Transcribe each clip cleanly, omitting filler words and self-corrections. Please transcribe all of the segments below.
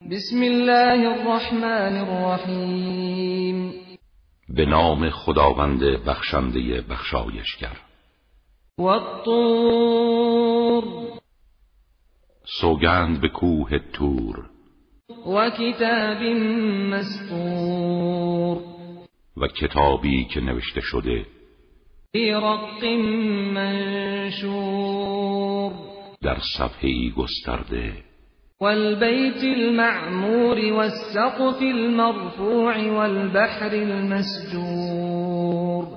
بسم الله الرحمن الرحیم. به نام خداوند بخشنده بخشایشگر. والطور، سوگند به کوه طور. و کتاب مسطور، و کتابی که نوشته شده. فی رق منشور، در صفحه‌ای گسترده. والبیت المعمور والسقف المرفوع والبحر المسجور.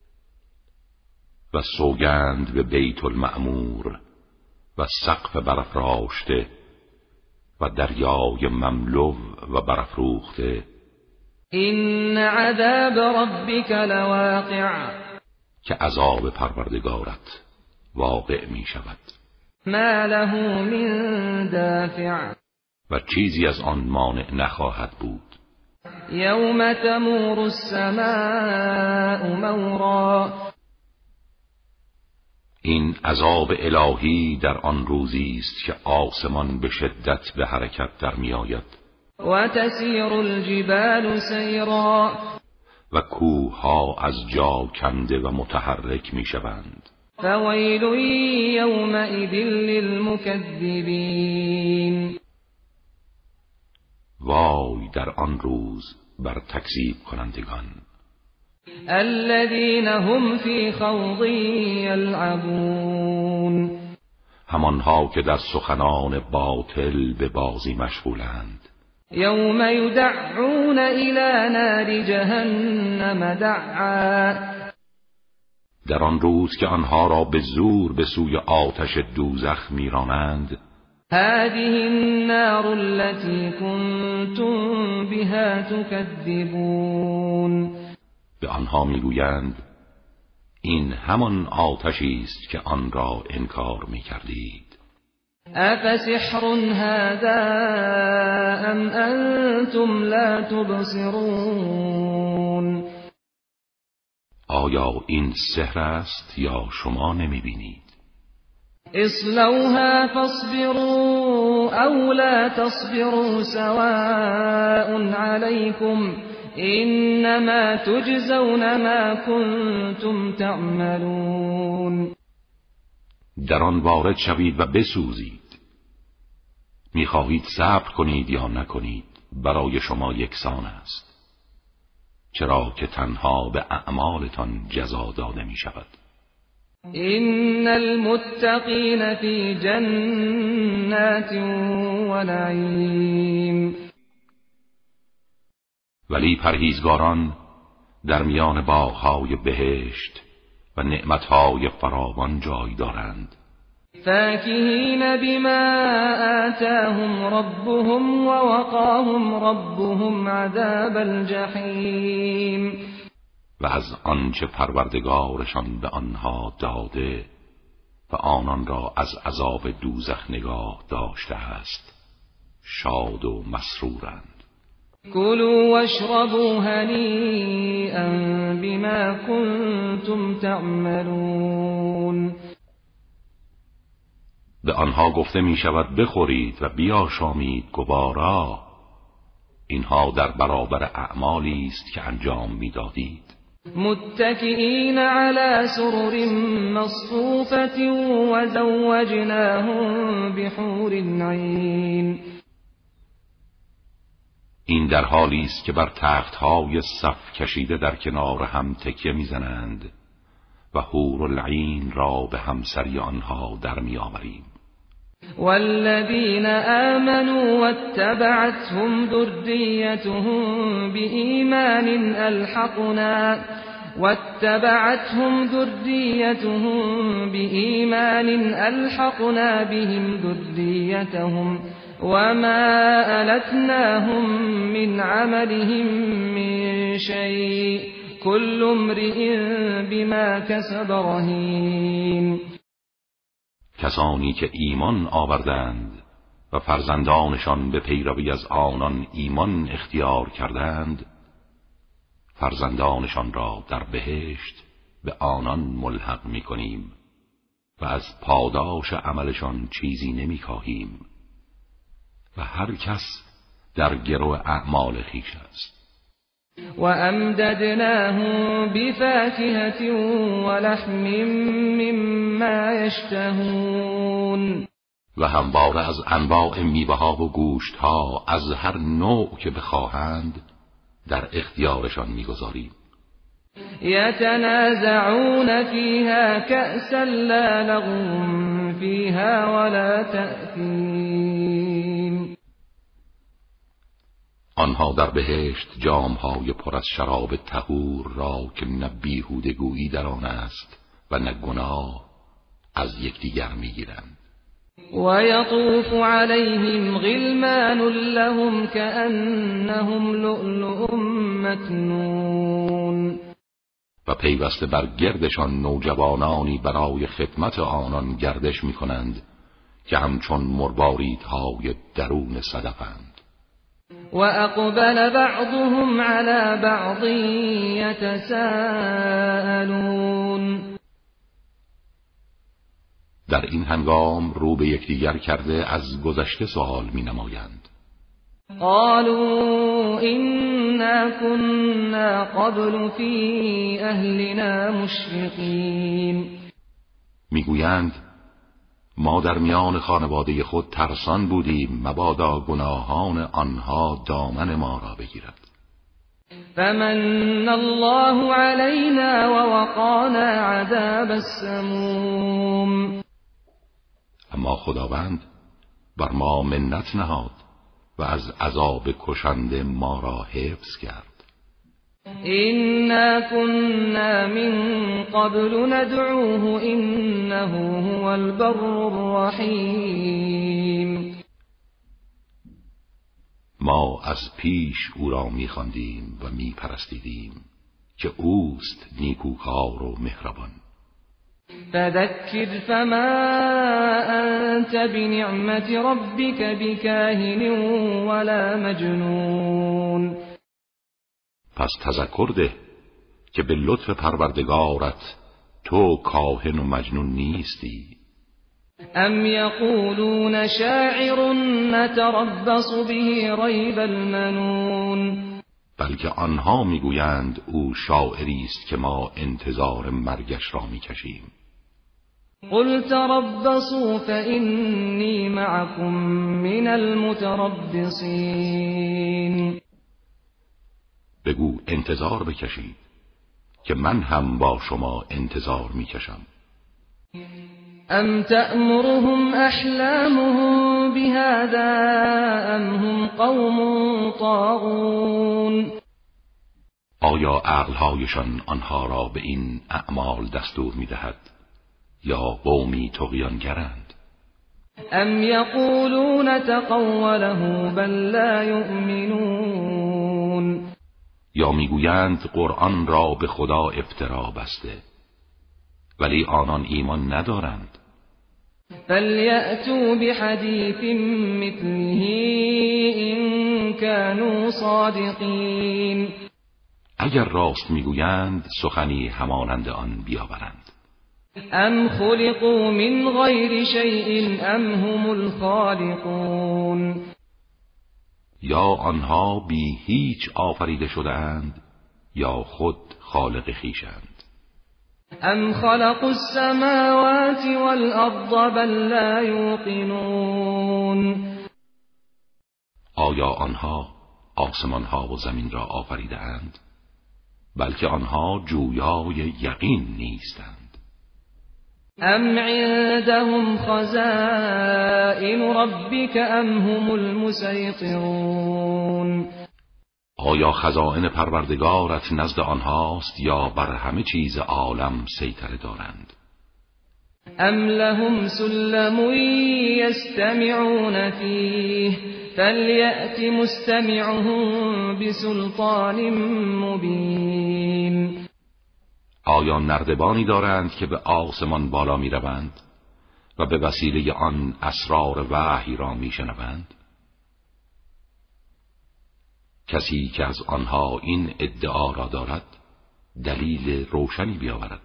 و سوگند به بیت المعمور و سقف برافراشته و دریای مملو و برافروخته. این عذاب ربک لواقع، که عذاب پروردگارت واقع می شود. ما له من دافع، و چیزی از آن مانع نخواهد بود. یوم تمور السماء مورا، این عذاب الهی در آن روزی است که آسمان به شدت به حرکت در می آید. و تسیر الجبال سیرا، و کوه‌ها از جا کنده و متحرک می شوند. فویل یومئذ للمکذبین، وای در آن روز بر تکذیب کنندگان. الذین هم فی خوض یلعبون، همانها که در سخنان باطل به بازی مشغولند. یوم یدعون الی نار جهنم دعا، در آن روز که آنها را به زور به سوی آتش دوزخ میرانند. هذه النار التي كنتم بها تكذبون، به آنها میگویند این همان آتشی است که آن را انکار میکردید. افسحر هذا ام انتم لا تبصرون، آیا این سحر است یا شما نمیبینید؟ اصلوها فاصبروا او لا تصبروا سواء عليكم انما تجزون ما كنتم تعملون. در آن وارد شوید و بسوزید. میخواهید صبر کنید یا نکنید برای شما یکسان است، چرا که تنها به اعمالتان جزا داده می شود. ان المتقین فی جنات و نعیم، ولی پرهیزگاران در میان باغ‌های بهشت و نعمت‌های فراوان جای دارند. فاکهین بما آتاهم ربهم و وقاهم ربهم عذاب الجحیم، و از آنچه پروردگارشان به آنها داده و آنان را از عذاب دوزخ نگاه داشته است شاد و مسرورند. کلوا واشربوا هنیئا بما کنتم تعملون، به آنها گفته می شود بخورید و بیاشامید گوارا، اینها در برابر اعمالی است که انجام می دادید. متکئین علی سرر مصفوفة و زوجناهم بحور عین، این در حالی است که بر تخت‌های صف کشیده در کنار هم تکیه می‌زنند و حور العین را به همسری آنها در می‌آوریم. والذین آمنوا واتبعتهم ذریتهم بإیمان الحقنا بهم ذریتهم وما ألتناهم من عملهم من شيء كل امرئ بما كسب رهین، کسانی که ایمان آوردند و فرزندانشان به پیروی از آنان ایمان اختیار کردند، فرزندانشان را در بهشت به آنان ملحق می‌کنیم و از پاداش عملشان چیزی نمی‌کاهیم و هر کس در گرو اعمال خویش است. و امددناهم بفاکهة و لحم مما یشتهون، و همواره از انواع میوه‌ها و گوشت‌ها از هر نوع که بخواهند در اختیارشان می‌گذاریم. یتنازعون فیها کأسا لا لغو فیها ولا تأثیم، آنها در بهشت جام‌های پر از شراب طهور را که نه بیهودگویی در آن است و نه گناه از یکدیگر می‌گیرند. و یطوف علیهم غلمان لهم کأنهم لؤلؤ مکنون، و پیوسته بر گردشان نوجوانانی برای خدمت آنان گردش می‌کنند که همچون مرواریدهای درون صدفند. و اقبل بعضهم على بعض یتساءلون، در این هنگام رو به یکدیگر کرده از گذشته سوال می‌نمایند. قالوا إنا كنا قبل في أهلنا مشفقين، میگویند ما در میان خانواده خود ترسان بودیم مبادا گناهان آنها دامن ما را بگیرد. فمن الله علينا ووقانا عذاب السموم، اما خداوند بر ما منت نهاد و از عذاب کشنده ما را حفظ کرد. إنا كنا من قبل ندعوه إنه هو البر الرحیم، ما از پیش او را می‌خواندیم و می‌پرستیدیم که اوست نیکوکار و مهربان. فذكر فما أنت بنعمة ربك بكاهن ولا مجنون، پس تذکر ده که به لطف پروردگارت تو کاهن و مجنون نیستی. ام یقولون شاعر نتربص به ریب المنون، بلکه آنها میگویند او شاعری است که ما انتظار مرگش را میکشیم. قل تربصوا فإني معكم من المتربصين، بگو انتظار بکشید که من هم با شما انتظار میکشم. ام تأمرهم احلامهم بهذا ام هم قوم طاغون، آیا عقلهایشان آنها را به این اعمال دستور میدهد یا قومی طغیانگرند؟ ام یقولون تقوله بل لا یؤمنون، یا میگویند قرآن را به خدا افترا بسته ولی آنان ایمان ندارند. فلیأتوا بحدیث مثله ان كانوا صادقین، اگر راست میگویند سخنی همانند آن بیاورند. ام خلقوا من غیر شیء ام هم الخالقون، یا آنها بی هیچ آفریده شده‌اند یا خود خالق خویشند. ام خلقوا السماوات والارض بل لا یوقنون، آیا آنها آسمانها و زمین را آفریده اند بلکه آنها جویای یقین نیستند. ام عندهم خزائن ربك ام هم المسيطرون، آیا خزائن پروردگارت نزد آنهاست یا بر همه چیز عالم سیطره دارند؟ ام لهم سلم یستمعون فیه فلیأت مستمعهم بسلطان مبین، آیا نردبانی دارند که به آسمان بالا می روند و به وسیله آن اسرار وحی را می شنوند؟ کسی که از آنها این ادعا را دارد دلیل روشنی بیاورد.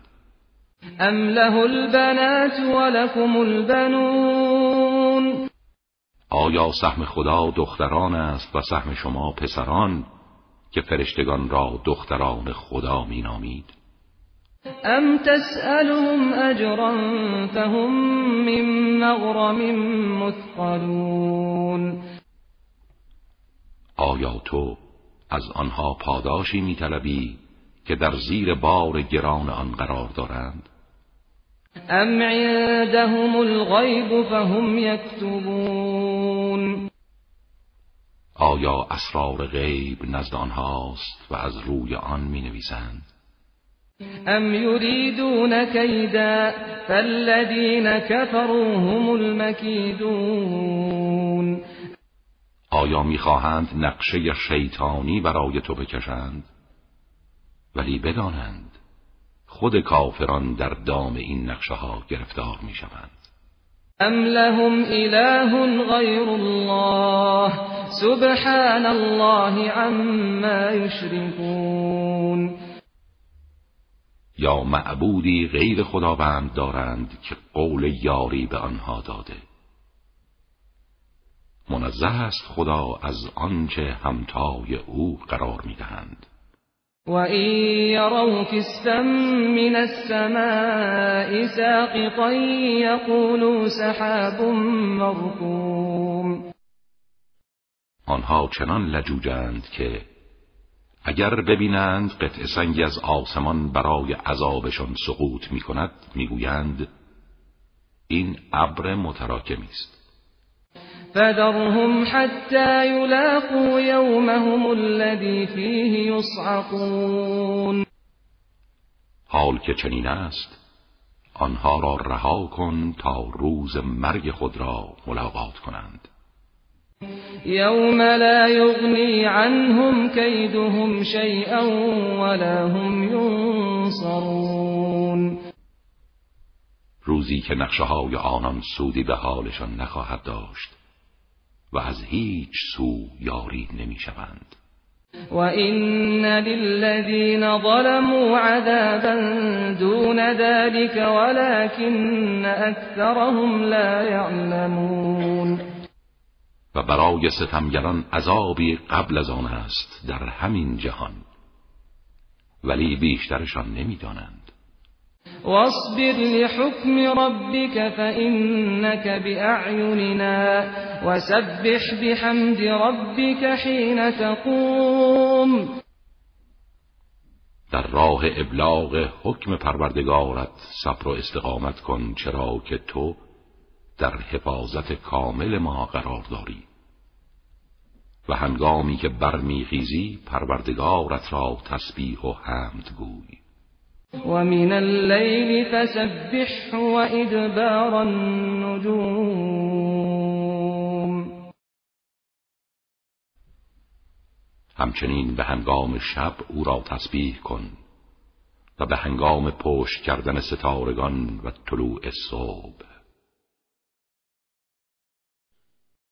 ام له البنات ولكم البنون، آیا سهم خدا دختران است و سهم شما پسران که فرشتگان را دختران خدا می نامید؟ ام تسألهم اجرا فهم من مغرم مثقلون. آیا تو از آنها پاداشی می طلبی که در زیر بار گران آن قرار دارند؟ ام عندهم الغیب فهم یکتبون. آیا اسرار غیب نزد آنهاست و از روی آن می نویسند؟ ام یریدون کیدا فالذین کفروا هم المکیدون. آیا می‌خواهند نقشه شیطانی برای تو بکشند؟ ولی بدانند خود کافران در دام این نقشه ها گرفتار می‌شوند. ام لهم اله غیر الله سبحان الله عما یشرکون. یا معبودی غیر خداوند دارند که قول یاری به آنها داده. منزه است خدا از آنچه همتای او قرار می‌دهند. و این یروا کسفا من السماء ساقطا یقولوا سحاب مرکوم. آنها چنان لجوجند که اگر ببینند قطع سنگی از آسمان برای عذابشان سقوط می‌کند می‌گویند این ابر متراکمی است. فذرهم حتى يلاقوا يومهم الذي فيه يصعقون. حال که چنین است آنها را رها کن تا روز مرگ خود را ملاقات کنند. یوم لا یغنی عنهم کیدهم شیئا ولا هم ینصرون. روزی که نقشه‌های آنان سودی به حالشان نخواهد داشت و از هیچ سو یاری نمی‌شوند. و این للذین ظلموا عذابا دون ذلك ولكن اکثرهم لا یعلمون. و برای ستمگران عذابی قبل از آن است در همین جهان ولی بیشترشان نمی‌دانند. واصبر لحكم ربك فإنك بأعيننا وسبح بحمد ربك حين تقوم. در راه ابلاغ حکم پروردگارت صبر و استقامت کن، چرا که تو در حفاظت کامل ما قرار داری و هنگامی که برمیخیزی پروردگارت را تسبیح و حمد گوی. و من اللیل فسبحه و ادبار النجوم. همچنین به هنگام شب او را تسبیح کن و به هنگام پشت کردن ستارگان و طلوع صبح.